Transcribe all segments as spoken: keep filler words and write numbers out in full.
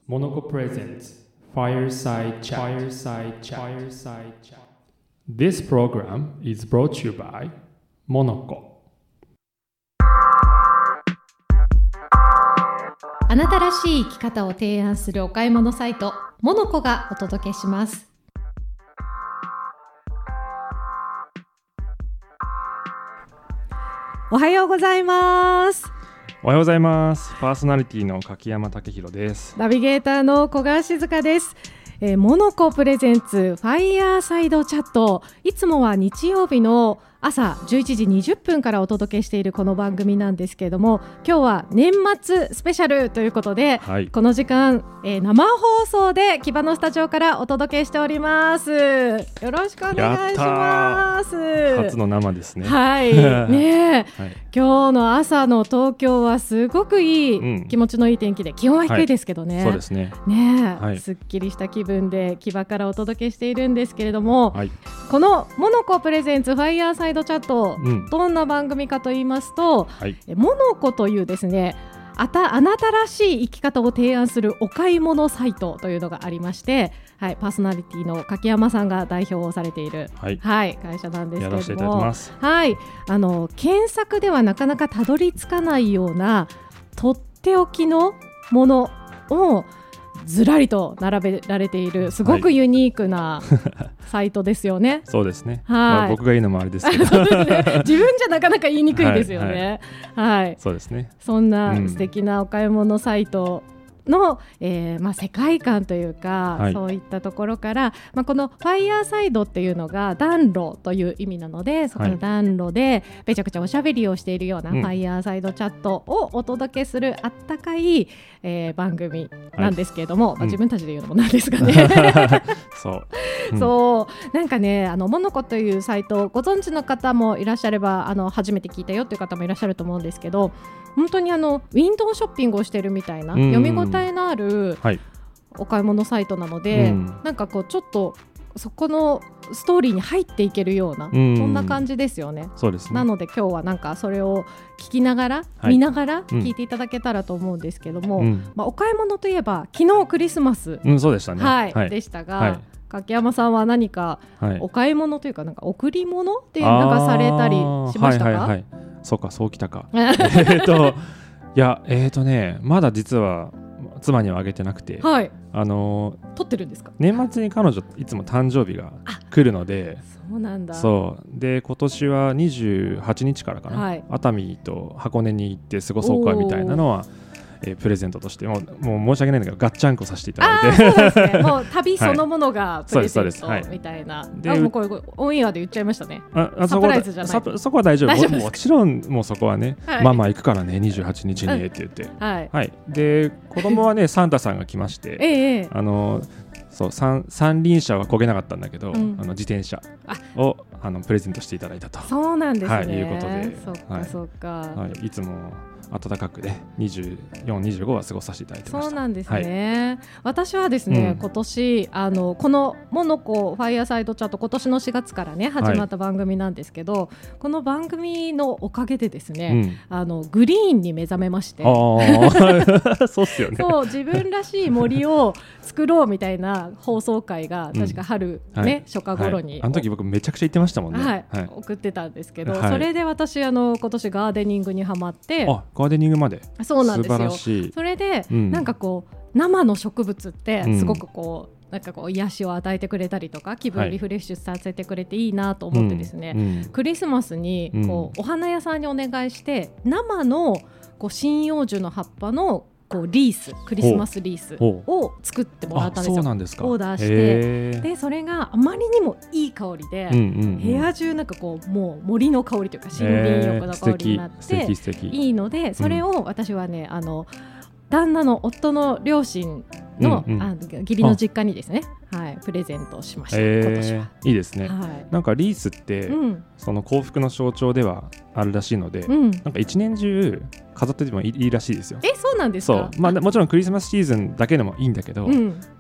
Monoco presents Fireside Chat. Fireside Chat. Fireside Chat. This program is brought to you by Monoco. あなたらしい生き方を提案するお買い物サイトモノコがお届けします。おはようございます。 おはようございます。パーソナリティの柿山武弘です。 ナビゲーターの小川静香です。えー、モノコプレゼンツファイヤーサイドチャット、いつもは日曜日の朝じゅういちじにじゅっぷんからお届けしているこの番組なんですけれども、今日は年末スペシャルということで、はい、この時間、えー、生放送で木場のスタジオからお届けしております。よろしくお願いします。 初の生ですね。 はいね、はい、今日の朝の東京はすごくいい、うん、気持ちのいい天気で、気温は低いですけどね、はい、 そうですね。 ね、 はい、 すっきりした気分で木場からお届けしているんですけれども、はい、このモノコプレゼンツファイヤーサイドチャット、うん、どんな番組かと言いますと、はい、モノコというですね、あた、あなたらしい生き方を提案するお買い物サイトというのがありまして、はい、パーソナリティの柿山さんが代表をされている、はいはい、会社なんですけれども、 やらせていただきます。 はい、あの検索ではなかなかたどり着かないようなとっておきのものをずらりと並べられている、すごくユニークなサイトですよね。 そうですね、 はい、 まあ、僕が言うのもあれですけどそうですね、自分じゃなかなか言いにくいですよね。はい、はい、 そうですね。 そんな素敵なお買い物サイトの、えーまあ、世界観というか、はい、そういったところから、まあ、このファイヤーサイドっていうのが暖炉という意味なので、そこの暖炉でめちゃくちゃおしゃべりをしているようなファイヤーサイドチャットをお届けするあったかい、えー、番組なんですけれども、はい、まあ、自分たちで言うのもなんですがね、 そう、 うん、そうなんかね、あのモノコというサイトご存知の方もいらっしゃれば、あの初めて聞いたよという方もいらっしゃると思うんですけど、本当にあのウィンドウショッピングをしているみたいな、読み応えのあるお買い物サイトなので、うん、なんかこうちょっとそこのストーリーに入っていけるような、うん、そんな感じですよね。 そうですね。 なので今日はなんかそれを聞きながら、はい、見ながら聞いていただけたらと思うんですけども、うん、まあ、お買い物といえば昨日クリスマス、 うん、そうでしたね、 はいはい、 でしたが、 はい、 柿山さんは何かお買い物というか、なんか贈り物っていうなんかされたりしましたか？はいはいはい、 そうか、そうきたかえっといや、えーとね、まだ実は妻にはあげてなくて、はい、あのー、 撮ってるんですか？ 年末に彼女いつも誕生日が来るので、 そうなんだ。 そうで、今年はにじゅうはちにちからかな、はい、熱海と箱根に行って過ごそうかみたいなのは、えー、プレゼントとしてもう、もう申し訳ないんだけどガッチャンコさせていただいて、 そうですね、もう旅そのものがプレゼントみたいな、はい、で、もうこれオンエアで言っちゃいましたね。ああ、サプライズじゃない、 そこは大丈夫、も, もちろんもうそこはね、はい、ママ行くからねにじゅうはちにちにって言って、はいはい、で子供はねサンタさんが来まして、ええ、あのそう三三輪車は漕げなかったんだけど、うん、あの自転車をあのプレゼントしていただいたと。 そうなんですね、はい、 いうことで、 そっかそっか、 はい、いつも暖かくねにじゅうよん、にじゅうごは過ごさせていただいてました。 そうなんですね、はい、私はですね、うん、今年あのこのモノコファイヤーサイドチャット、今年のしがつからね始まった番組なんですけど、はい、この番組のおかげでですね、うん、あのグリーンに目覚めまして、 あそうっすよね。 そう、自分らしい森を作ろうみたいな放送回が確か春、うん、ね、はい、初夏頃に、 はい、あの時僕めちゃくちゃ言ってましたもんね、 はいはい、送ってたんですけど、はい、それで私あの今年ガーデニングにハマって、 あ、ガーデニングまで。 そうなんですよ。 素晴らしい。 それで、うん、なんかこう生の植物ってすごくこう、うん、なんかこう癒しを与えてくれたりとか、気分をリフレッシュさせてくれていいなと思ってですね、はい、うん、クリスマスにこう、うん、お花屋さんにお願いして生のこう針葉樹の葉っぱのこうリース、クリスマスリースを作ってもらったんですよ。 そうなんですか。 オーダーして、でそれがあまりにもいい香りで、うんうんうん、部屋中なんかこうもう森の香りというか森林浴の香りになっていいので、それを私はね、あの旦那の夫の両親の、うんうん、あ義理の実家にですね、はい、プレゼントしました、えー、今年は。 いいですね、はい、なんかリースって、うん、その幸福の象徴ではあるらしいので、うん、なんか一年中飾っててもいいらしいですよ。 え、そうなんですか。 そう、まあ、もちろんクリスマスシーズンだけでもいいんだけど、うん、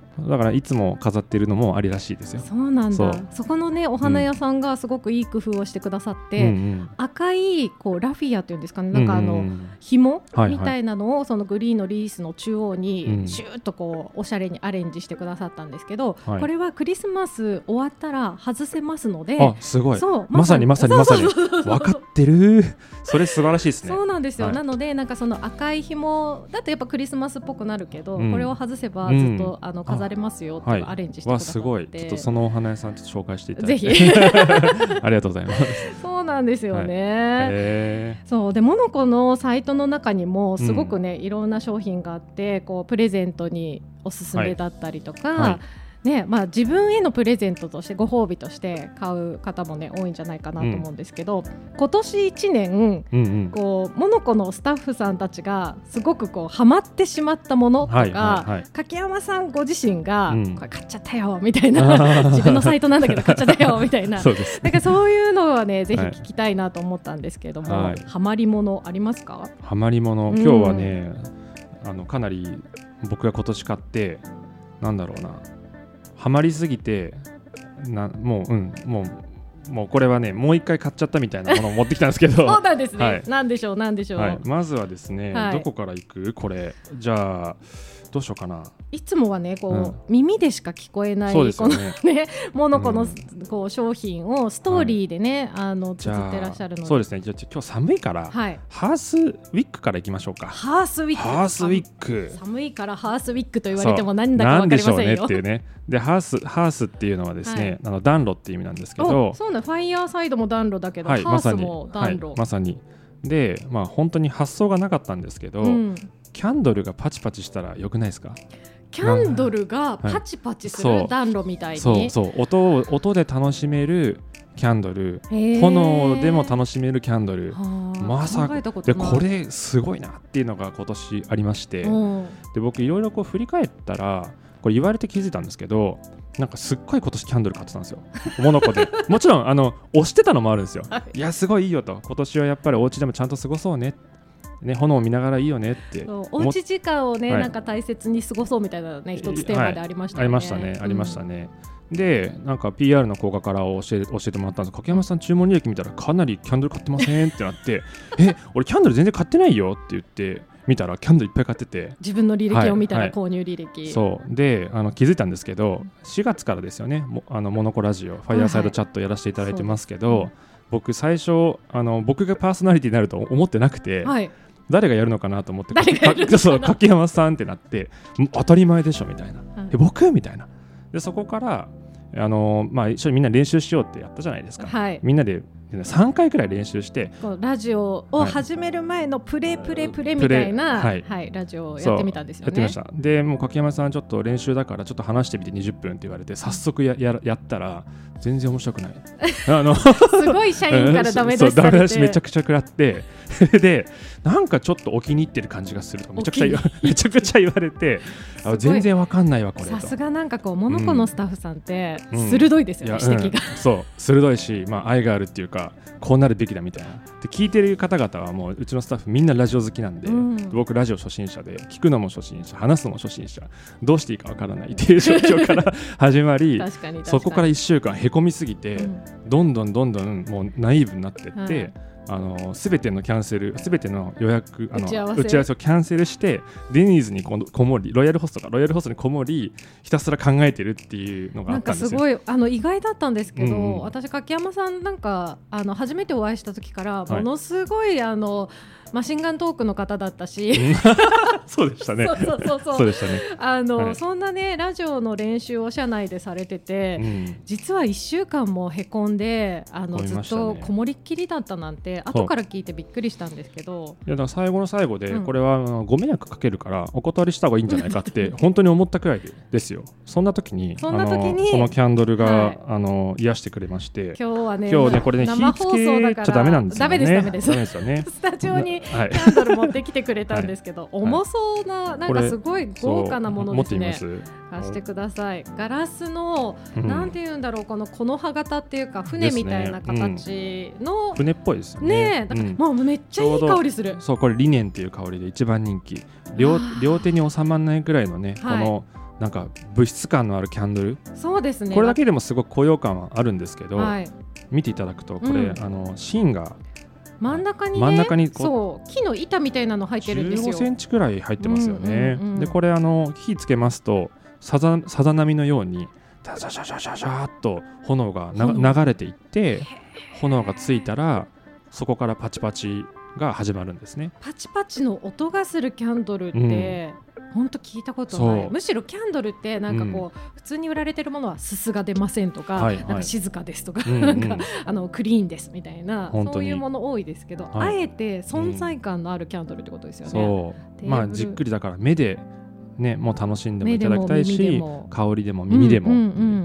だからいつも飾ってるのもありらしいですよ。 そうなんだ。 そ, そこのねお花屋さんがすごくいい工夫をしてくださって、うんうん、赤いこうラフィアっていうんですかね、なんかあの、うんうん、紐みたいなのを、はいはい、そのグリーンのリースの中央にシューッとこうおしゃれにアレンジしてくださったんですけど、はい、これはクリスマス終わったら外せますので、 あすごい、そうまさにまさにまさに分かってるそれ素晴らしいですね。 そうなんですよ、はい、なのでなんかその赤い紐だとやっぱクリスマスっぽくなるけど、うん、これを外せばずっと、うん、あの飾れますよっていうアレンジしてくださって、 すごい、ちょっとそのお花屋さんちょっと紹介していただいてぜひありがとうございますそうなんですよね、はい、そうでモノコのサイトの中にもすごくね、うん、いろんな商品があって、こうプレゼントにおすすめだったりとか、はいはいねまあ、自分へのプレゼントとしてご褒美として買う方も、ね、多いんじゃないかなと思うんですけど、うん、今年いちねん、うんうん、こうモノコのスタッフさんたちがすごくこうハマってしまったものとか、はいはいはい、柿山さんご自身が、うん、これ買っちゃったよみたいな自分のサイトなんだけど買っちゃったよみたいなそうです、ね、なんかそういうのはねぜひ聞きたいなと思ったんですけども、はい、ハマりものありますか？ ハマりもの、今日はね、うん、あのかなり僕が今年買ってなんだろうなハマりすぎてなもううんもうもうこれはねもう一回買っちゃったみたいなものを持ってきたんですけどそうなんですね、はい、なんでしょうなんでしょう、はい、 まずはですね、はい、どこから行くこれじゃあどうしようかな。 いつもはねこう、うん、耳でしか聞こえないそうですよね、 このねモノコの、うん、こう商品をストーリーでね、はい、あの綴ってらっしゃるので、 そうですね。じゃあ今日寒いから、はい、ハースウィッグからいきましょうか。 ハースウィッグハースウィッグ寒いからハースウィッグと言われても何だか分かりませんよ。なんでしょうねっていうね。でハースハースっていうのはですね、はい、あの暖炉っていう意味なんですけど、 そうねファイヤーサイドも暖炉だけど、はい、ハースも暖炉、 はい、まさにでまあ本当に発想がなかったんですけど、うん、キャンドルがパチパチしたらよくないですか？ キャンドルがパチパチする、はい、暖炉みたいにそうそう音を音で楽しめるキャンドル、炎でも楽しめるキャンドル、まさかでこれすごいなっていうのが今年ありまして、で僕いろいろこう振り返ったらこれ言われて気づいたんですけど、なんかすっごい今年キャンドル買ってたんですよモノコでもちろんあの押してたのもあるんですよ、はい、いやすごいいいよと、今年はやっぱりお家でもちゃんと過ごそうねね、炎を見ながらいいよねっておうち時間をね、はい、なんか大切に過ごそうみたいなね一つテーマでありましたね、 はい、ありましたね、うん、ありましたね。でなんか ピーアール の効果から教え、教えてもらったんです。柿山さん注文履歴見たらかなりキャンドル買ってませんってなってえ俺キャンドル全然買ってないよって言って見たらキャンドルいっぱい買ってて、 自分の履歴を見たら購入履歴、はいはい、 そうであの気づいたんですけどしがつからですよね、もあのモノコラジオファイヤーサイドチャットやらせていただいてますけど、はいはい、僕最初あの僕がパーソナリティになると思ってなくて、はい、誰がやるのかなと思って柿山さんってなって当たり前でしょみたいな、はい、え僕みたいなでそこからあの、まあ、一緒にみんな練習しようってやったじゃないですか、はい、みんなでさんかいくらい練習してこうラジオを始める前のプレプレプレみたいな、はいはい、ラジオをやってみたんですよね。 やってました。でもう柿山さんちょっと練習だからちょっと話してみてにじゅっぷんって言われて早速 や, や, やったら全然面白くないあのすごい社員からダメ出しされて、 ダメ出しめちゃくちゃ食らってでなんかちょっとお気に入ってる感じがするとめちゃくちゃめちゃくちゃ言われてあ全然わかんないわこれと。 さすがなんかこうモノコのスタッフさんって鋭いですよね、うん、指摘が、 うん、そう鋭いし、まあ、愛があるっていうかこうなるべきだみたいなで聞いてる方々はもううちのスタッフみんなラジオ好きなんで、うん、僕ラジオ初心者で聞くのも初心者話すのも初心者どうしていいかわからないっていう状況から始まり確かに確かにそこからいっしゅうかんへこみすぎて、うん、どんどんどんどんもうナイーブになってって、はいあの全てのキャンセル全ての予約あの打ち合わせ、打ち合わせをキャンセルしてデニーズにこもりロイヤルホストがロイヤルホストにこもりひたすら考えてるっていうのがあったんですよ。 なんかすごいあの意外だったんですけど、うん、私柿山さんなんかあの初めてお会いした時からものすごい、はい、あのマシンガントークの方だったしそうでしたね。 そうそうそうそうそうでしたね。 あの、 はい、 そんなねラジオの練習を社内でされてて、うん、実はいっしゅうかんもへこんであの、ね、ずっとこもりっきりだったなんて後から聞いてびっくりしたんですけど、 いやだから最後の最後で、うん、これはあのご迷惑かけるからお断りした方がいいんじゃないかって本当に思ったくらいですよ。そんな時にそんな時にあのこのキャンドルが、はい、あの癒してくれまして、 今日はね今日ねこれね火つけちゃダメなんですよね。 ダメですダメです。 ダメですよね。 スタジオにキャンドル持ってきてくれたんですけど、はい、重そうななんかすごい豪華なものですね。 持ってみます？ 貸してください。ガラスの、うん、なんていうんだろうこの木の葉型っていうか船みたいな形の、 ねうん、船っぽいですよね。 ねだから、うん、もうめっちゃいい香りする。 そうこれリネンっていう香りで一番人気 両, 両手に収まらないくらいのね、はい、このなんか物質感のあるキャンドル、 そうですね、 これだけでもすごく高揚感はあるんですけど、 はい、 見ていただくとこれ、うん、あの芯が真ん中にね、 真ん中にそう木の板みたいなの入ってるんですよ。 じゅうごセンチくらい入ってますよね、 うんうんうん、 でこれあの火つけますとさざさざ波のようにザザザザザザーっと炎がな流れていって、炎がついたらそこからパチパチが始まるんですね。 パチパチの音がするキャンドルって、うん、本当聞いたことない。むしろキャンドルってなんかこう、うん、普通に売られてるものはすすが出ませんとか、はいはい、なんか静かですとか、うんうん、なんかあのクリーンですみたいな、そういうもの多いですけど、はい、あえて存在感のあるキャンドルってことですよね、 うん、そう、まあ、じっくりだから目でね、もう楽しんでもいただきたいし、香りでも耳でも、うんうんうん、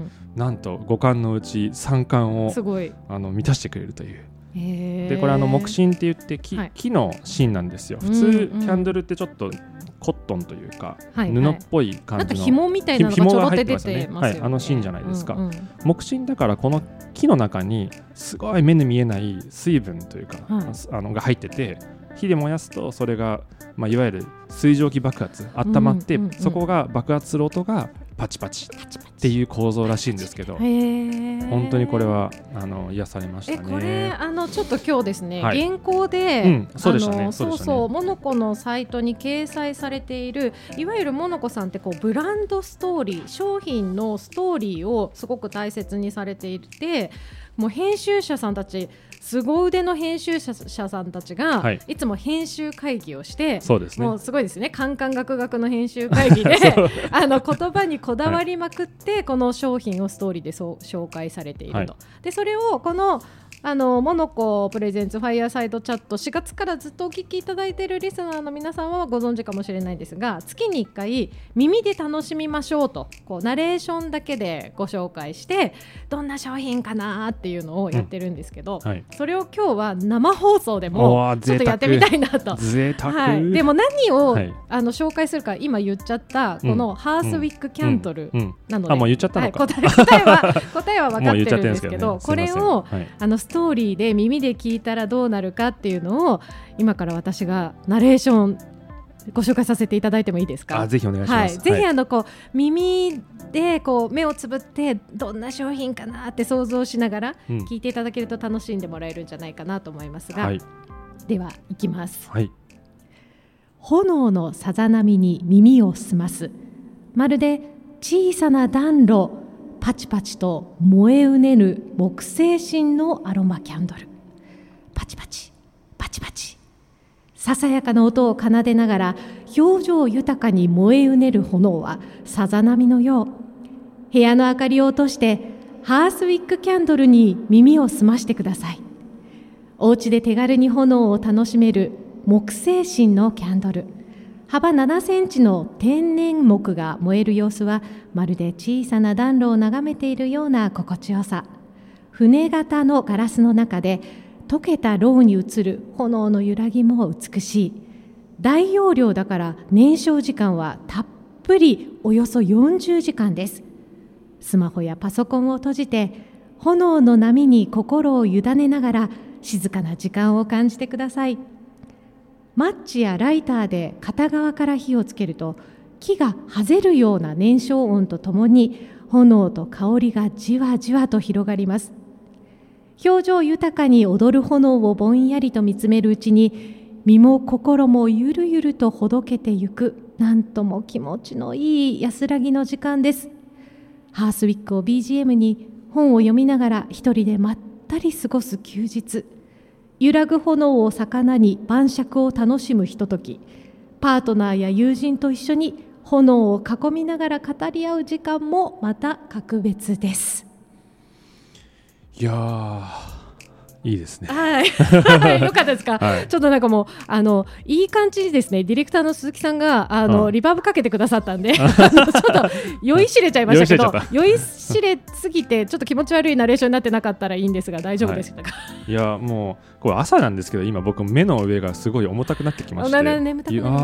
なんと五感のうち三感をあの満たしてくれるという。でこれあの木芯って言って 木,、はい、木の芯なんですよ。普通、うんうん、キャンドルってちょっとコットンというか、はいはい、布っぽい感じのなんか紐みたいなのがちょろって出てますよね。 はい、あの芯じゃないですか、うんうん、木芯だからこの木の中にすごい目に見えない水分というか、はい、あのが入ってて、火で燃やすとそれが、まあ、いわゆる水蒸気爆発、温まって、うんうんうん、そこが爆発する音がパチパチっていう構造らしいんですけど、本当にこれはあの癒されましたね。 えこれあのちょっと今日ですね、はい、原稿で、うん、そうでしたね、そうそうモノコのサイトに掲載されている、いわゆるモノコさんってこうブランドストーリー、商品のストーリーをすごく大切にされていて、もう編集者さんたち、凄腕の編集者さんたちが、はい、いつも編集会議をして、そうですね、もうすごいですね、カンカンガクガクの編集会議であの言葉にこだわりまくって、はい、この商品をストーリーでそう紹介されていると、はい、でそれをこのあのモノコプレゼンツファイアサイドチャットしがつからずっとお聞きいただいているリスナーの皆さんはご存知かもしれないですが、月にいっかい耳で楽しみましょうと、こうナレーションだけでご紹介してどんな商品かなっていうのをやってるんですけど、うんはい、それを今日は生放送でもちょっとやってみたいなと。 贅沢、 はい、でも何を、はい、あの紹介するか今言っちゃったこのハースウィックキャンドルなので、 あもう言っちゃったのか、 はい、答え、答えは答えは分かってるんですけど、ね、これを、はい、あのストーリーで耳で聞いたらどうなるかっていうのを今から私がナレーションご紹介させていただいてもいいですか。 あぜひお願いします、 はい、ぜひあのこう耳でこう目をつぶってどんな商品かなって想像しながら聞いていただけると楽しんでもらえるんじゃないかなと思いますが、はい、ではいきます、はい、炎のさざ波に耳を澄ます、まるで小さな暖炉、パチパチと燃えうねる木製芯のアロマキャンドル、パチパチパチパチ、ささやかな音を奏でながら表情豊かに燃えうねる炎はさざ波のよう。部屋の明かりを落としてハースウィックキャンドルに耳を澄ましてください。お家で手軽に炎を楽しめる木製芯のキャンドル、幅ななセンチの天然木が燃える様子はまるで小さな暖炉を眺めているような心地よさ。船型のガラスの中で溶けたろうに映る炎の揺らぎも美しい。大容量だから燃焼時間はたっぷりおよそよんじゅうじかんです。スマホやパソコンを閉じて炎の波に心を委ねながら静かな時間を感じてください。マッチやライターで片側から火をつけると木がはぜるような燃焼音とともに炎と香りがじわじわと広がります。表情豊かに踊る炎をぼんやりと見つめるうちに身も心もゆるゆるとほどけてゆく、なんとも気持ちのいい安らぎの時間です。ハースウィックを ビージーエム に本を読みながら一人でまったり過ごす休日、揺らぐ炎を魚に晩酌を楽しむひととき、パートナーや友人と一緒に炎を囲みながら語り合う時間もまた格別です。 いやーいいですね。 はい、よかったですか、はい、ちょっとなんかもうあのいい感じですね。ディレクターの鈴木さんがあの、うん、リバーブかけてくださったんでちょっと酔いしれちゃいましたけど酔いしれすぎてちょっと気持ち悪いナレーションになってなかったらいいんですが大丈夫でしたか。はい、 いやもうこれ朝なんですけど今僕目の上がすごい重たくなってきまして、 眠たくなりました。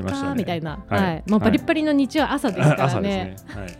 あ気持ちいいってなりましたね。 夜中みたいな、はいはい、もうバリッバリの日曜朝ですからね。 朝ですね、はい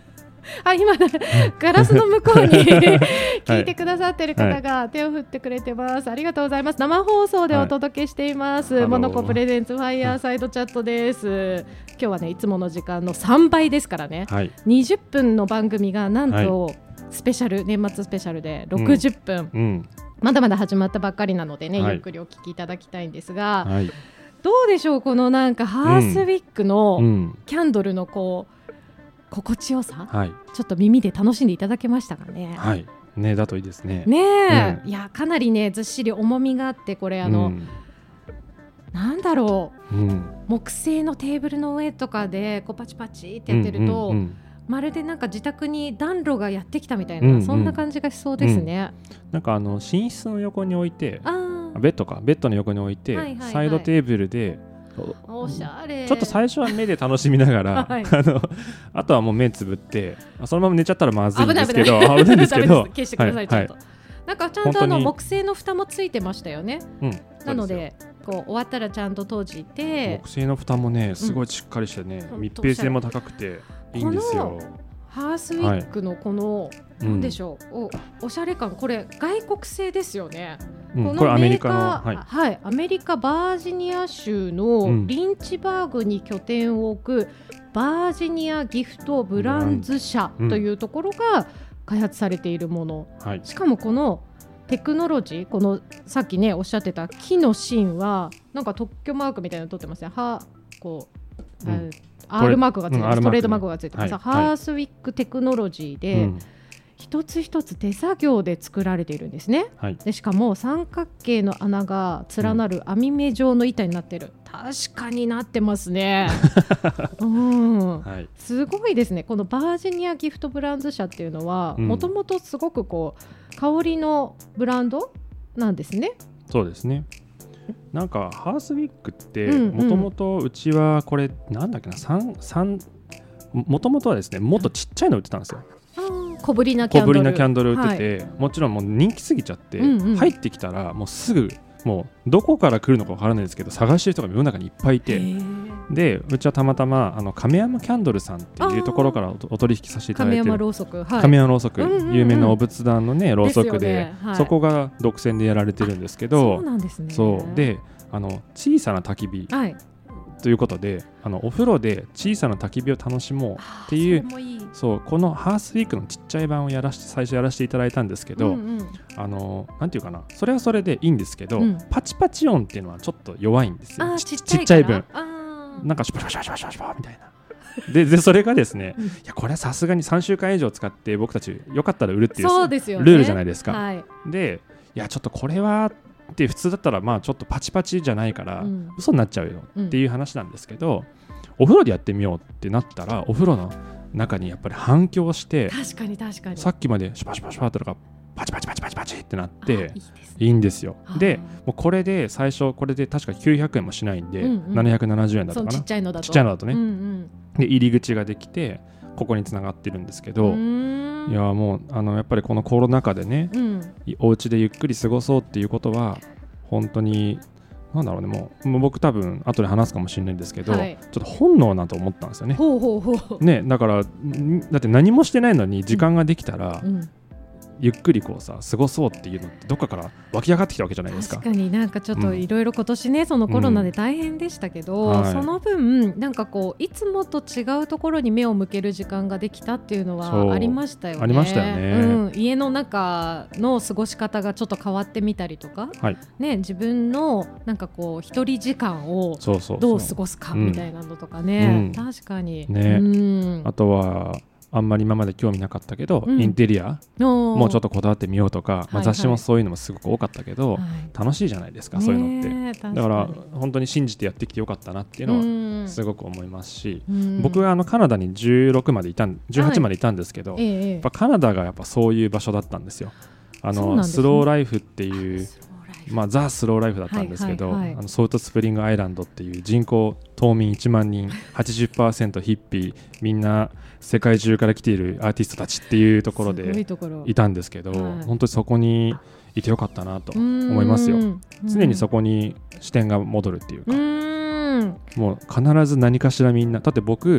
あ今ガラスの向こうに聞いてくださってる方が手を振ってくれてます、はい、ありがとうございます。生放送でお届けしています、はい、モノコプレゼンツファイヤーサイドチャットです、はい、今日はねいつもの時間のさんばいですからね、はい、にじゅっぷんの番組がなんとスペシャル、はい、年末スペシャルでろくじゅっぷん、うんうん、まだまだ始まったばっかりなのでね、はい、ゆっくりお聞きいただきたいんですが、はい、どうでしょう、このなんかハースウィックのキャンドルのこう心地よさ、はい、ちょっと耳で楽しんでいただけましたかね。 はい、ねだといいですね。 ねえ、うん、いやかなりねずっしり重みがあって、これあの、うん、なんだろう、うん、木製のテーブルの上とかでこうパチパチってやってると、うんうんうん、まるでなんか自宅に暖炉がやってきたみたいな、うんうん、そんな感じがしそうですね、 うん、なんかあの寝室の横に置いて、あベッドかベッドの横に置いて、はいはいはい、サイドテーブルでおしゃれ、 ちょっと最初は目で楽しみながら、はい、あのあとはもう目つぶってそのまま寝ちゃったらまずいんですけど、危ないんですけど消してください、ちょっと、はい、なんかちゃんとあの木製の蓋もついてましたよね、うん、なのでこう終わったらちゃんと閉じて、 木製の蓋もねすごいしっかりしてね、うん、密閉性も高くていいんですよ。 ハースウィックのこの、はい、なんでしょう、うん、お, おしゃれ感、これ外国製ですよね、うん、このメーカー、これアメリカの、はいはい、アメリカバージニア州のリンチバーグに拠点を置くバージニアギフトブランズ社というところが開発されているもの、うん、しかもこのテクノロジー、このさっきねおっしゃってた木の芯はなんか特許マークみたいなの取ってますね。はこう、うんアール マークがついてます、うん、トレードマークがついてます、はい、ハースウィックテクノロジーで、うん、一つ一つ手作業で作られているんですね、はい、でしかも三角形の穴が連なる網目状の板になっている、うん、確かになってますね、うんはい、すごいですね。このバージニアギフトブランズ社っていうのはもともとすごくこう香りのブランドなんですね。 そうですね。なんかハースウィックってもともとうちはこれなんだっけなもともとはですねもっとちっちゃいの売ってたんですよ。 小ぶりなキャンドル、 小ぶりなキャンドル売ってて、はい、もちろんもう人気すぎちゃって、うんうん、入ってきたらもうすぐもうどこから来るのかわからないですけど探してる人が世の中にいっぱいいて、でうちはたまたまあの亀山キャンドルさんっていうところから お, お取引させていただいてる亀山ろうそく、はい、 亀山ろうそく、うんうんうん、有名なお仏壇のねろうそく で, で、ねはい、そこが独占でやられてるんですけど、 そうなんですね。 そうであの小さな焚き火、はい、ということであのお風呂で小さな焚き火を楽しもうっていう、それもいい。そうこのハースウィークのちっちゃい版をやらし最初やらせていただいたんですけど、うんうん、あのなんていうかな、それはそれでいいんですけど、うん、パチパチ音っていうのはちょっと弱いんですよ。 ち, ちっちゃい分なんかシュパシュパシュパシュパシュパみたいなで, でそれがですね、うん、いやこれはさすがにさんしゅうかん以上使って僕たちよかったら売るっていう、そうですよね、ルールじゃないですか、はい、でいやちょっとこれはって普通だったらまあちょっとパチパチじゃないから嘘になっちゃうよっていう話なんですけど、うん、お風呂でやってみようってなったらお風呂の中にやっぱり反響して、 確かに確かにさっきまでシュパシュパシュパとかパチパチパチパチパチってなっていいです、ね、いいんですよ。でもうこれで最初これで確かきゅうひゃくえんもしないんで、うんうん、ななひゃくななじゅうえんだったかな、 ちっちゃいのだとちっちゃいのだとね、うんうん、で入り口ができてここに繋がってるんですけど、いやもうあのやっぱりこのコロナ禍でね、うん、お家でゆっくり過ごそうっていうことは本当になんだろうね、もう、もう僕多分後で話すかもしれないんですけど、はい、ちょっと本能なと思ったんですよね。 ほうほうほうね、だからだって何もしてないのに時間ができたら、うんうん、ゆっくりこうさ過ごそうっていうのってどっかから湧き上がってきたわけじゃないですか。 確かになんかちょっといろいろ今年ね、うん、そのコロナで大変でしたけど、うんはい、その分なんかこういつもと違うところに目を向ける時間ができたっていうのはありましたよね。 ありましたよね、 うん、家の中の過ごし方がちょっと変わってみたりとか、はいね、自分のなんかこう一人時間をどう過ごすかみたいなのとかね、うん、確かに、 ね、うん、あとはあんまり今まで興味なかったけど、うん、インテリアもうちょっとこだわってみようとか、はいはい、まあ、雑誌もそういうのもすごく多かったけど、はい、楽しいじゃないですか、そういうのって。だから本当に信じてやってきてよかったなっていうのはすごく思いますし、僕はあのカナダにじゅうろくまでいたじゅうはちまでいたんですけど、はい、やっぱカナダがやっぱそういう場所だったんですよ。あのスローライフっていうまあ、ザ・スローライフだったんですけど、はいはいはい、あのソルトスプリングアイランドっていう人口島民いちまんにん はちじゅっパーセント ヒッピー、みんな世界中から来ているアーティストたちっていうところでいたんですけど、はい、本当にそこにいてよかったなと思いますよ。常にそこに視点が戻るっていうか、うーん、もう必ず何かしらみんなだって僕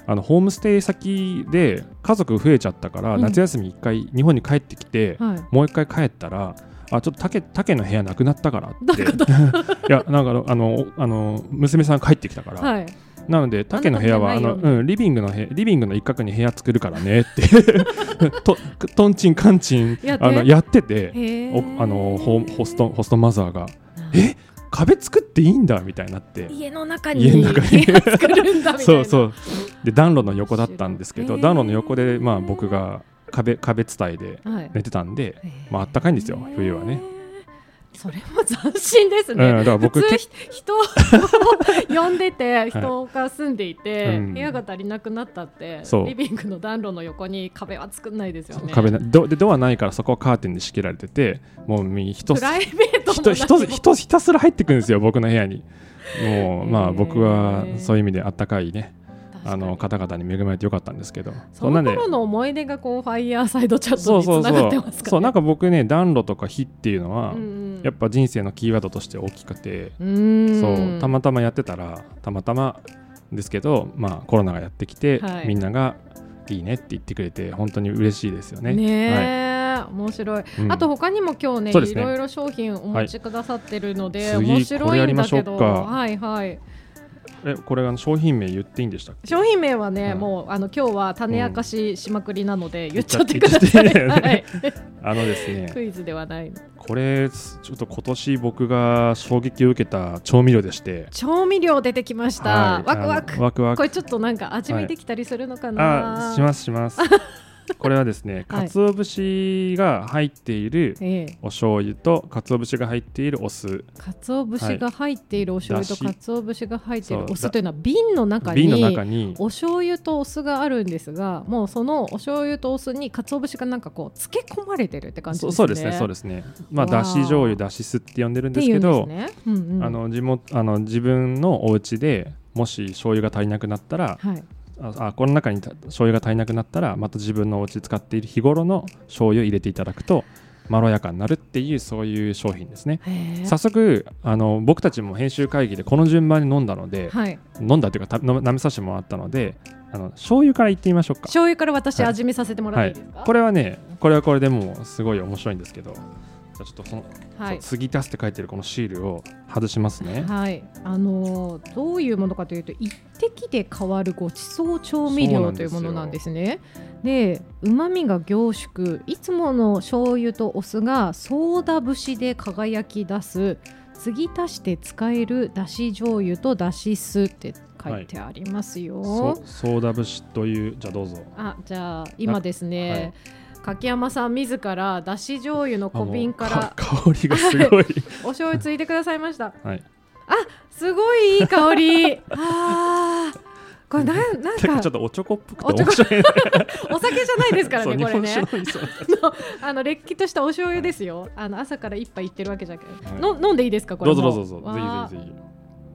あのホームステイ先で家族増えちゃったから、うん、夏休みいっかい日本に帰ってきて、はい、もういっかい帰ったらあちょっと竹竹の部屋なくなったからっていやなんかあのあの娘さん帰ってきたから、はい、なので竹の部屋はあの、うん、リビングのへリビングの一角に部屋作るからねってとトンチンカンチンやって、あのやってておあの ホ, ホ, ストホストマザーがえ壁作っていいんだみたいになって家の中に部屋作るんだみたいなそうそうで暖炉の横だったんですけど暖炉の横で、まあ、僕が壁壁伝いで寝てたんで、はい、まああったかいんですよ冬はね。 それも斬新ですね、うん、だから僕普通人を呼んでて人が住んでいて、はい、部屋が足りなくなったって、うん、リビングの暖炉の横に壁は作んないですよね。 壁な ド, でドアないからそこはカーテンで仕切られててもう人プライベートも人人ひたすら入ってくるんですよ僕の部屋に。もうまあ僕はそういう意味であったかいねあの方々に恵まれてよかったんですけどその頃の思い出がこうファイヤーサイドチャットにつながってますかね。そうそうそうそうなんか僕ね暖炉とか火っていうのは、うんうん、やっぱ人生のキーワードとして大きくてうんそうたまたまやってたらたまたまですけど、まあ、コロナがやってきて、はい、みんながいいねって言ってくれて本当に嬉しいですよね。 ねえ、はい、面白い、うん、あと他にも今日ね、ねいろいろ商品お持ちくださってるので、はい、面白いんだけどはいはいえこれが商品名言っていいんでしたっけ。 商品名はね、うん、もうあの今日は種明かししまくりなので、うん、言っちゃってください、はい、 あのですねクイズではないこれちょっと今年僕が衝撃を受けた調味料でして調味料出てきました、はい、ワクワクワクワクこれちょっとなんか味見できたりするのかな、はい、あしますしますこれはですね鰹節が入っているお醤油と鰹節が入っているお酢鰹節が入っているお醤油と鰹節が入っているお酢というのは瓶の中に、瓶の中にお醤油とお酢があるんですがもうそのお醤油とお酢に鰹節がなんかこう漬け込まれてるって感じですね。 そうですねそうですねまあだし醤油だし酢って呼んでるんですけどあの地元あの自分のお家でもし醤油が足りなくなったら、はいあこの中に醤油が足りなくなったらまた自分のお家で使っている日頃の醤油を入れていただくとまろやかになるっていうそういう商品ですね。早速あの僕たちも編集会議でこの順番に飲んだので、はい、飲んだというか舐めさせてもらったのであの醤油からいってみましょうか。 醤油から私味見させてもらっていいですか、 はい、これはねこれはこれでもうすごい面白いんですけどじゃあちょっとその、はい、継ぎ足すって書いてるこのシールを外しますね。 はい、あのー、どういうものかというと一滴で変わるごちそう調味料というものなんですね。で、旨味が凝縮いつもの醤油とお酢がソーダ節で輝き出す継ぎ足して使えるだし醤油とだし酢って書いてありますよ、 はい、ソ, ソーダ節というじゃあどうぞ。 あじゃあ今ですね柿山さん自らだし醤油の小瓶から香りがすごいお醤油ついてくださいました、 はい、 あすごいいい香りあこれななんかちょっとおちょこっぽくて面白い、ね、 お酒じゃないですからねこれねあのれっきとしたお醤油ですよ。あの朝から一杯いってるわけじゃなくて、はい、の飲んでいいですかこれも。 どうぞどうぞどうぞぜひぜひぜ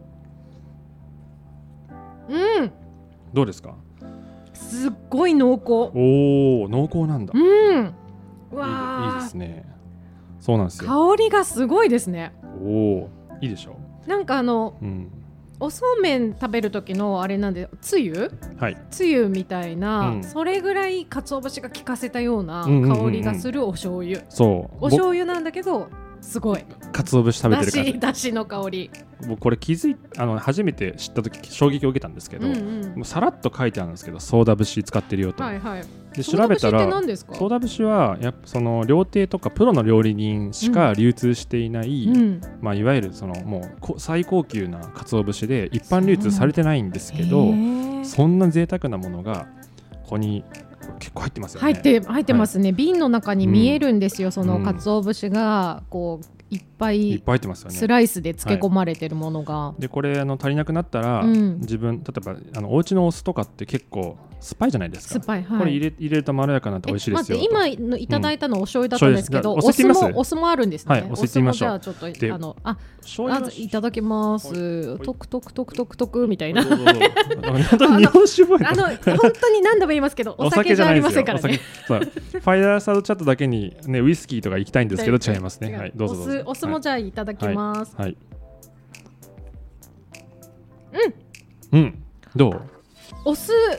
ひうんどうですか。 すっごい濃厚。 おお濃厚なんだ。 うんわいいですね。そうなんですよ。 香りがすごいですね。 おおいいでしょ。 なんかあの、うん、おそうめん食べる時のあれなんでつゆ、はい、つゆみたいな、うん、それぐらい鰹節が効かせたような香りがするお醤油、うんうんうんうん、そうお醤油なんだけどすごい鰹節食べてる感じ。 だしの香り。 僕これ気づいあの初めて知った時衝撃を受けたんですけど、うんうん、もうさらっと書いてあるんですけどソーダ節使ってるよと、はいはい、で調べたらソーダ節って何ですか。 ソーダ節はやっぱその料亭とかプロの料理人しか流通していない、うんまあ、いわゆるそのもう最高級な鰹節で一般流通されてないんですけど そ, そんな贅沢なものがここに結構入ってますよね。 入って入ってますね、はい、瓶の中に見えるんですよ、うん、その鰹節がこういっぱいいっぱい入ってますよね。 スライスで漬け込まれてるものが、 はい、でこれあの足りなくなったら、うん、自分例えばあのお家のお酢とかって結構酸っぱいじゃないですか。 酸っぱい、はい、 これ入れ入れるとまろやかになって美味しいですよ。 今のいただいたのお醤油だったんですけど、うん、お酢もお酢もあるんですね。 はい、お酢いってみましょう。 お酢もじゃあちょっとあのあまずいただきます。トクトクトクトクトクみたいな。 本当に日本酒っぽい。 あの本当に何度も言いますけどお酒じゃありませんからね。 ファイヤーサードチャットだけにねウイスキーとか行きたいんですけど違いますね。はい、どうぞどうぞ。 お酢もじゃあいただきます。 はい。うん。うん。どう？ お酢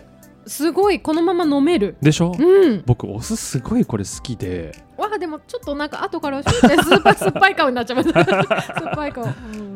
すごいこのまま飲めるでしょ、 うん、 僕お酢すごいこれ好きで、 わあでもちょっとなんか後から酸っぱい酸っぱい顔になっちゃいます酸っぱい顔、うん、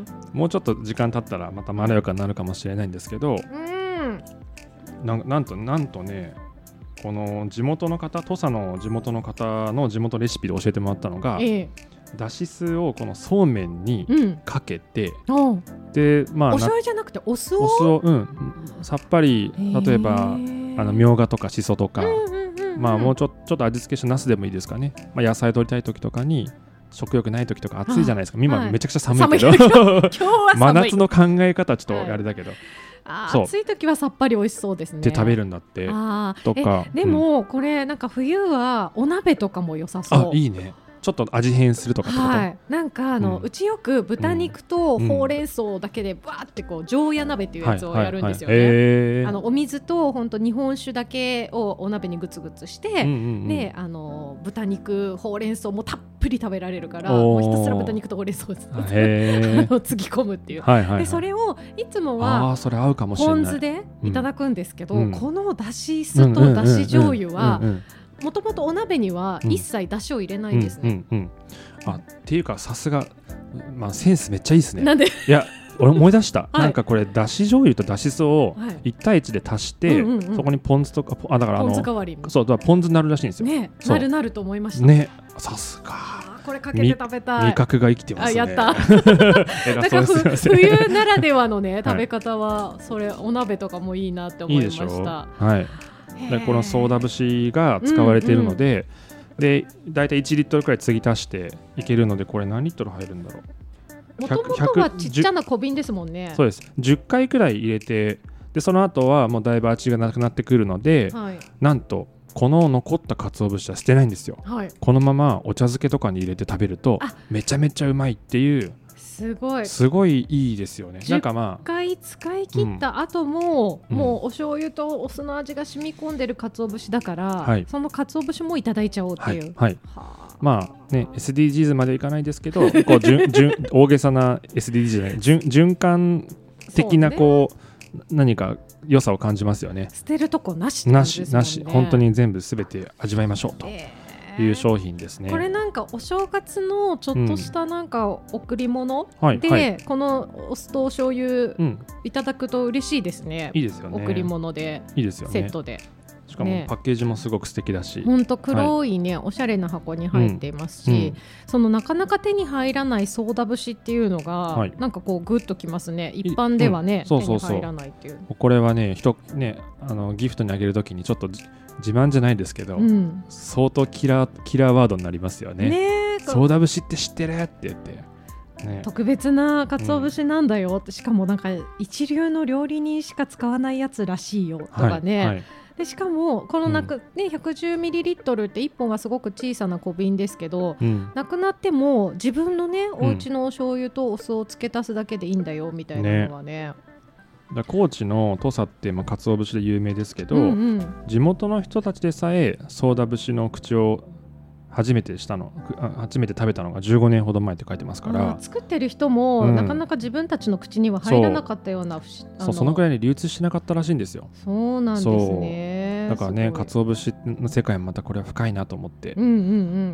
もうちょっと時間経ったらまたまろやかになるかもしれないんですけど、うん、な, なんとなんとねこの地元の方土佐の地元の方の地元レシピで教えてもらったのが、ええ、だし酢をこのそうめんにかけて、うん、でまあお醤油じゃなくてお酢をお酢を、うん、さっぱり例えばあのみょうがとかしそとか、うんうんうんうん、まあもうちょ、ちょっと味付けしたナスでもいいですかね、まあ、野菜取りたい時とかに食欲ない時とか暑いじゃないですか、はい、今めちゃくちゃ寒いけど、はい、今日は寒い真夏の考え方ちょっとあれだけど、はい、 あ暑い時はさっぱり美味しそうですねで食べるんだってあとかでも、うん、これなんか冬はお鍋とかも良さそう。 あいいねちょっと味変するとかってこと、はい、 なんかあの、うん、うちよく豚肉とほうれん草だけでバーってこう常夜鍋っていうやつをやるんですよね。あのお水と本当日本酒だけをお鍋にグツグツして、うんうんうん、であの豚肉ほうれん草もたっぷり食べられるからもうひたすら豚肉とほうれん草をつぎ込むっていう、はいはいはい、でそれをいつもはポン酢でいただくんですけど、うん、このだし酢とだし醤油はもともとお鍋には一切だしを入れないんですね、うんうんうん、あっていうかさすが、まあ、センスめっちゃいいですね。 なんでいや俺思い出した、はい、なんかこれだし醤油とだし酢をいち対いちで足して、はいうんうんうん、そこにポン酢とかあだからあのポン酢代わりにそうだからポン酢になるらしいんですよ、 ね、なるなると思いましたね。さすがこれかけて食べたい。 味覚が生きてますね。 あやっただから冬ならではのね食べ方はそれお鍋とかもいいなって思いました。いいでしょ、 はいでこのソーダ節が使われているので、うんうん、でだいたいいちリットルくらい継ぎ足していけるのでこれ何リットル入るんだろう。 もともとはちっちゃな小瓶ですもんね。 そうですじゅっかいくらい入れてでその後はもうだいぶ味がなくなってくるので、はい、なんとこの残った鰹節は捨てないんですよ、はい、このままお茶漬けとかに入れて食べるとめちゃめちゃうまいっていうすごいすごいいいですよね。なんかまあじゅっかい使い切った後も、うん、もうお醤油とお酢の味が染み込んでる鰹節だから、はい、その鰹節もいただいちゃおうっていう、 はいはい、まあね エスディージーズ までいかないですけどこうじゅんじゅん大げさな エスディージーズ じゃない循環的なこう、ね、何か良さを感じますよね。 捨てるとこなしって感じですもんね。なしなし本当に全部すべて味わいましょうと、えーいう商品ですね。 これなんかお正月のちょっとしたなんか贈り物で、うんはいはい、このお酢とお醤油いただくと嬉しいですね、うん、いいですよね。贈り物でいいですよねセットで。 しかもパッケージもすごく素敵だし、 ほんと黒いね、はい、おしゃれな箱に入っていますし、うんうん、そのなかなか手に入らないソーダ節っていうのが、はい、なんかこうグッときますね。一般ではね、うん、そうそうそう手に入らないっていう。 これはね、人ねあのギフトにあげるときにちょっと自慢じゃないですけど、うん、相当キラーキラーワードになりますよね。ねソーダ節って知ってるって言って。ね、 特別な鰹節なんだよって、うん、しかもなんか一流の料理人しか使わないやつらしいよとかね、はいはい、でしかもこのなく、うんね、ひゃくじゅうミリリットル っていっぽんはすごく小さな小瓶ですけど、うん、なくなっても自分のねお家のお醤油とお酢を付け足すだけでいいんだよみたいなのはね、ねだ高知の土佐ってまあ鰹節で有名ですけど、うんうん、地元の人たちでさえソーダ節の口を初めてしたの初めて食べたのがじゅうごねんほど前って書いてますから、 作ってる人も、うん、なかなか自分たちの口には入らなかったようなそう、そのくらいに流通しなかったらしいんですよ。 そうなんですね。 だからね鰹節の世界もまたこれは深いなと思って、うんうんうん、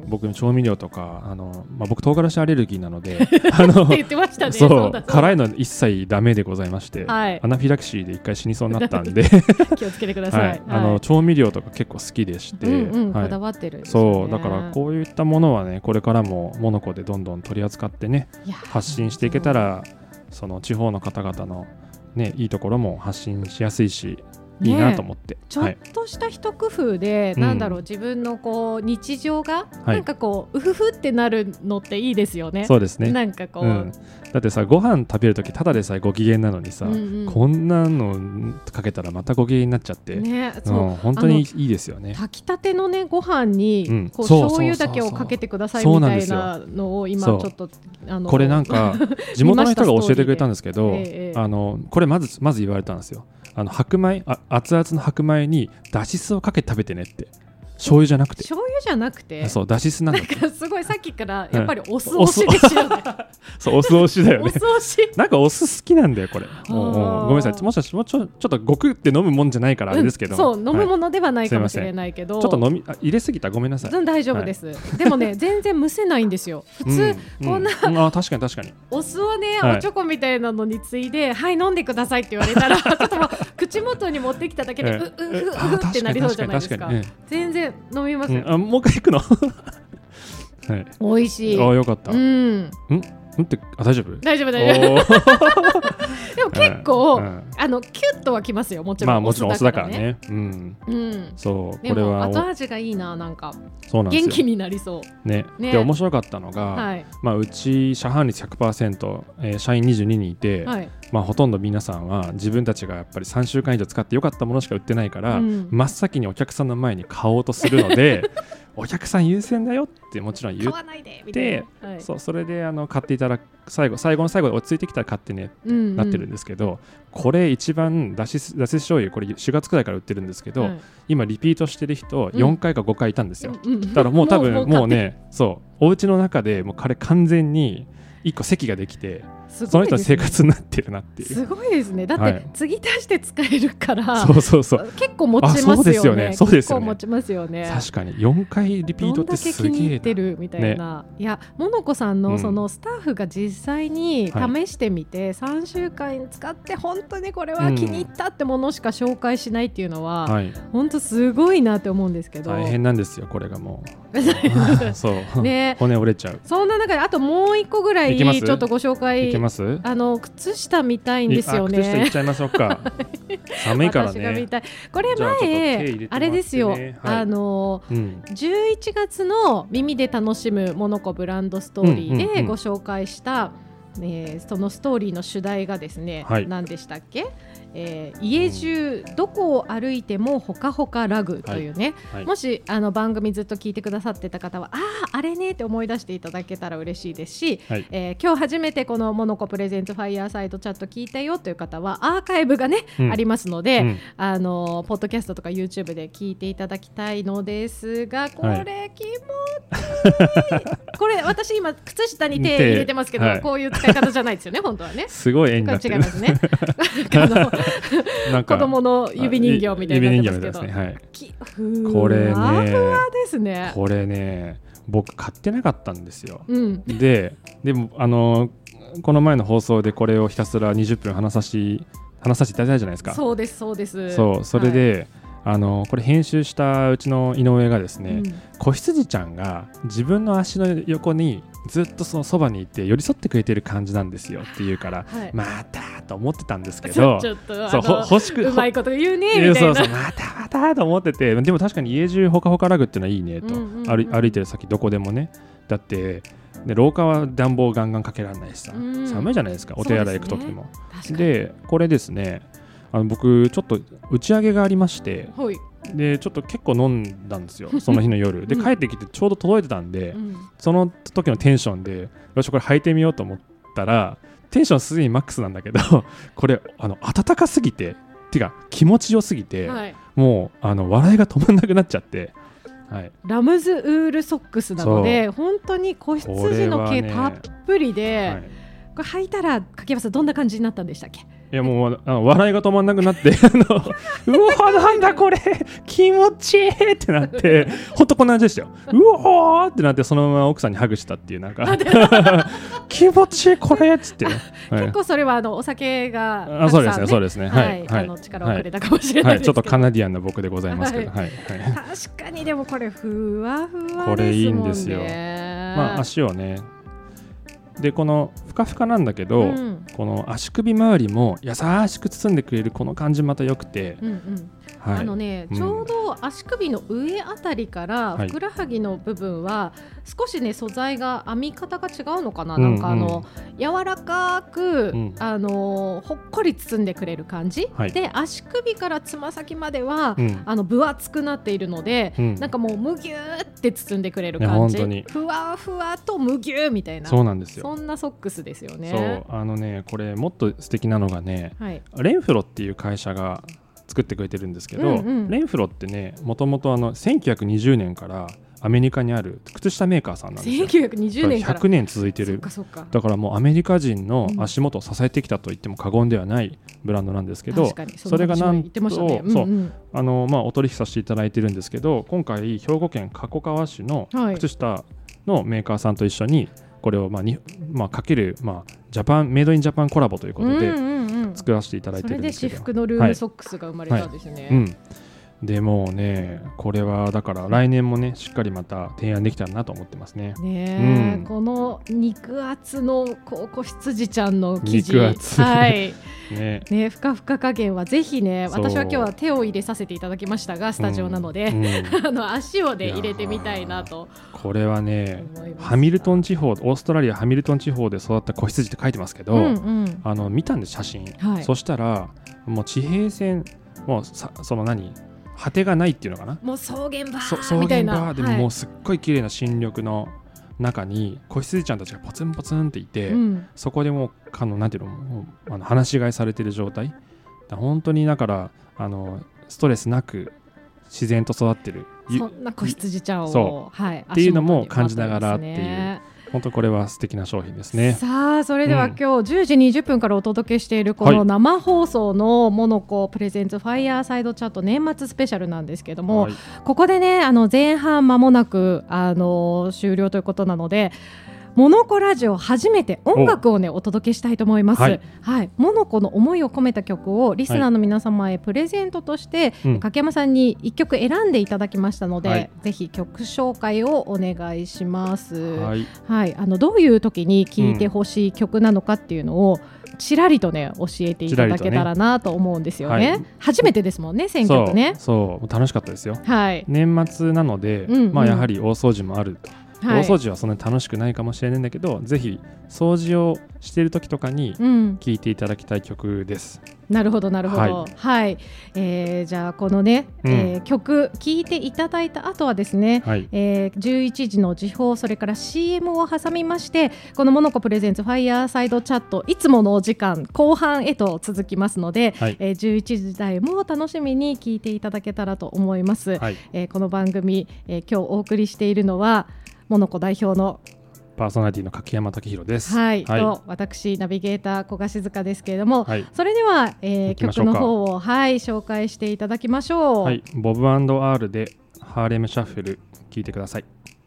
僕の調味料とかあの、まあ、僕唐辛子アレルギーなのであの言ってましたね。 そうそう辛いの一切ダメでございまして、はい、アナフィラキシーで一回死にそうになったんで気をつけてください、はいはい、 あの調味料とか結構好きでして、うんうんはい、こだわってるんですね。そうだからこういったものはねこれからもモノコでどんどん取り扱ってね発信していけたらその地方の方々のねいいところも発信しやすいしいいなと思って、ね、 ちょっとした一工夫で、はい、なんだろう、自分のこう日常がなんかこう、はい、うふふってなるのっていいですよね。 そうですね。 なんかこう、うん、 だってさご飯食べるときただでさえご機嫌なのにさ、うんうん、こんなのかけたらまたご機嫌になっちゃって、ね、そう、うん、本当にいいですよね。 炊きたてのねご飯に、うん、こう醤油だけをかけてくださいみたいなのを今ちょっとあのこれなんか地元の人が教えてくれたんですけどええ、あのこれまずまず言われたんですよ。あの白米あ熱々の白米にだし酢をかけて食べてねって醤油じゃなくて醤油じゃなくてそうだし酢なんだって。 なんかすごいさっきからやっぱりお酢推しですよね、うん、 そうお酢推しだよね。 お酢推しなんかお酢好きなんだよこれ。もうもうごめんなさい、もしかしてもうちょちょっとごくって飲むもんじゃないからあれですけど、 うん、そう飲むものではないかもしれないけど、 はい、ちょっと飲みあ入れすぎたごめんなさい。 大丈夫です、はい、でもね全然むせないんですよ普通、うん、こんな、 うん、あ確かに確かにお酢をね、はい、おチョコみたいなのについではい飲んでくださいって言われたらちょっともう口元に持ってきただけで、ええ、ううううってなりそうじゃないですか。か、ええ、全然飲みますよ、 うん、あもう一回行くのはい、 美味しい。 あよかった。 うんんんってあ大丈夫大丈夫大丈夫でも結構、うん、あのキュッとはきますよもちろん。 まあもちろんお酢だからね。うん、うん、そうでもこれは後味がいいな。なんかそうなんですよ元気になりそうね。ねで面白かったのが、はい、まあうち社販率 ひゃくパーセント、えー、社員にじゅうににんいて、はい、まあほとんど皆さんは自分たちがやっぱりさんしゅうかん以上使ってよかったものしか売ってないから、うん、真っ先にお客さんの前に買おうとするのでお客さん優先だよってもちろん言って、買わないでみたいな、はい、そうそれであの買っていただく最後最後の最後で落ち着いてきたら買ってね、うんうん、なってるんですけど、これ一番だしだし醤油これしがつくらいから売ってるんですけど、はい、今リピートしてる人よんかいかごかいいたんですよ、うん、だからもう多分もう、もうねそうお家の中でもう彼完全にいっこ席ができて、ね、その人の生活になってるなっていう。 すごいですね。だって継ぎ足して使えるから、はい、そうそうそう結構持ちますよね。 そうですよね。そうですよね。 結構持ちますよね。 確かによんかいリピートってすげえな。どんだけ気に入ってるみたいな、ね、いやモノコさんのそのスタッフが実際に試してみて、うん、さんしゅうかん使って本当にこれは気に入ったってものしか紹介しないっていうのは、うん、本当すごいなって思うんですけど、 大変なんですよこれがもうそうね、骨折れちゃう。 そんな中であともう一個ぐらいちょっとご紹介。 いけます？ あの靴下見たいんですよね。 靴下いっちゃいましょうか寒いからね。 私が見たい。これ前、ね、あれですよ、はい、あの、うん、じゅういちがつの耳で楽しむモノコブランドストーリーでご紹介した、うんうんうん、えー、そのストーリーの主題がですね、はい、何でしたっけ？えー、家中どこを歩いてもほかほかラグというね、はいはい、もしあの番組ずっと聞いてくださってた方はあああれねって思い出していただけたら嬉しいですし、はい、えー、今日初めてこのモノコプレゼンツファイヤーサイドチャット聞いたよという方はアーカイブがね、うん、ありますので、うん、あのポッドキャストとか YouTube で聞いていただきたいのですが、これ、はい、気持ちいいこれ私今靴下に手入れてますけど、はい、こういう使い方じゃないですよね本当はね。 すごい絵になってる。 違いますねあのなんか子供の指人形みたいになってますけど、ね、はい、 これね、 ふわふわですね。 これね僕買ってなかったんですよ、うん、ででもあのこの前の放送でこれをひたすらにじゅっぷん話さし話させていただいたじゃないですか。 そうですそうです。 そうそれで、はい、あのこれ編集したうちの井上がですね、うん、子羊ちゃんが自分の足の横にずっとそのそばにいて寄り添ってくれてる感じなんですよって言うから、はい、またと思ってたんですけど、 ちょっとそうほ欲しくうまいこと言うねみたいな、 そうそうまたまたと思ってて、でも確かに家中ほかほかラグってのはいいねと、うんうんうん、歩, 歩いてる先どこでもね、だってで廊下は暖房ガンガンかけられないしさ、うん、寒いじゃないですか、お手洗い行く時も。で, ね、でこれですね、あの僕ちょっと打ち上げがありまして、はい、でちょっと結構飲んだんですよその日の夜で、帰ってきてちょうど届いてたんで、うん、その時のテンションでよしこれ履いてみようと思ったらテンションすでにマックスなんだけどこれあの暖かすぎててか気持ちよすぎて、はい、もうあの笑いが止まんなくなっちゃって、はい、 ラムズウールソックスなので本当に子羊の毛たっぷりで、はい、これ履いたら柿山さんどんな感じになったんでしたっけ？ いやもうあの笑いが止まんなくなってあのうわなんだこれ気持ちいいってなってほんとこんな感じでしたよ。うわーってなってそのまま奥さんにハグしたっていう、なんか気持ちいいこれっつって、ね、はい、 結構それはあのお酒がたくさん、ね、 あそうですねそうですね、はい、 はい、あの力をくれたかもしれないですけど、はいはい、 ちょっとカナディアンな僕でございますけど、はいはいはい、確かにでもこれふわふわですもんね。 これいいんですよ。まあ足をねでこのふかふかなんだけど、うん、この足首周りも優しく包んでくれるこの感じまた良くて、うんうん、はい、あのね、うん、ちょうど足首の上あたりからふくらはぎの部分は少しね素材が編み方が違うのかな、うんうん、なんかあの柔らかく、うん、あのほっこり包んでくれる感じ、はい、で足首からつま先までは、うん、あの分厚くなっているので、うん、なんかもうむぎゅーって包んでくれる感じ、ふわふわとむぎゅーみたいな、 そうなんですよ。 そんなソックスですよね。 そうあのねこれもっと素敵なのがね、はい、レンフロっていう会社が作ってくれてるんですけど、うんうん、レンフロってねもともとせんきゅうひゃくにじゅうねんからアメリカにある靴下メーカーさんなんですよ。 せんきゅうひゃくにじゅうねんからひゃくねん続いてる。 そっかそっか。 だからもうアメリカ人の足元を支えてきたと言っても過言ではないブランドなんですけど、 うん、 それがなんと、 ねうんうん、 そうあの、まあ、お取引させていただいてるんですけど、今回兵庫県加古川市の靴下のメーカーさんと一緒にこれをまあに、まあ、かける、まあ、ジャパンメイドインジャパンコラボということで作らせていただいてるんですけど、 それで私服のルームソックスが生まれたんですね、はいはい、うんでもうねこれはだから来年もねしっかりまた提案できたらなと思ってますね。 ね、うん、この肉厚の子羊ちゃんの生地、 肉厚はいねね、ふかふか加減はぜひね、私は今日は手を入れさせていただきましたがスタジオなので、うんうん、あの足をで入れてみたいなと。 これはねハミルトン地方オーストラリアハミルトン地方で育った子羊って書いてますけど、うんうん、あの見たんです写真、はい、そしたらもう地平線もうさその何果てがないっていうのかな、 もう草原バーみたいな、 草原バーでももうすっごい綺麗な新緑の中に子羊ちゃんたちがポツンポツンっていて、うん、そこでもうあのなんていうのもうあの放し飼いされている状態だ。本当にだからあのストレスなく自然と育ってるそんな子羊ちゃんをそう、 はい、っていうのも感じながらっていう本当これは素敵な商品ですね。 さあそれでは、うん、今日じゅうじにじゅっぷんからお届けしているこの生放送のモノコプレゼンツファイヤーサイドチャット年末スペシャルなんですけども、はい、ここでねあの前半間もなくあの終了ということなのでモノコラジオ初めて音楽をね お, お届けしたいと思います、はいはい、モノコの思いを込めた曲をリスナーの皆様へプレゼントとして、はい、柿山さんにいっきょく選んでいただきましたので、はい、ぜひ曲紹介をお願いします、はいはい、あのどういう時に聴いてほしい曲なのかっていうのをちらりとね教えていただけたらなと思うんですよ ね, ね、はい、初めてですもんね選曲ね。 そうそう楽しかったですよ、 はい、 年末なので、うんうんまあ、やはり大掃除もあると、はい、大掃除はそんなに楽しくないかもしれないんだけど、ぜひ掃除をしている時とかに聴いていただきたい曲です、 うん、なるほどなるほど、はいはいえー、じゃあこのね、うんえー、曲聴いていただいた後はですね、はいえー、じゅういちじの時報それから シーエム を挟みましてこのモノコプレゼンツファイヤーサイドチャットいつものお時間後半へと続きますので、はいえー、じゅういちじ台も楽しみに聴いていただけたらと思います、はいえー、この番組、えー、今日お送りしているのはモノコ代表のパーソナリティの柿山武弘です、 はいはい、と私ナビゲーター小賀静香ですけれども、はい、それでは、えー、曲の方を、はい、紹介していただきましょう、 はい、ボブ&アールでハーレムシャッフル聴いてください。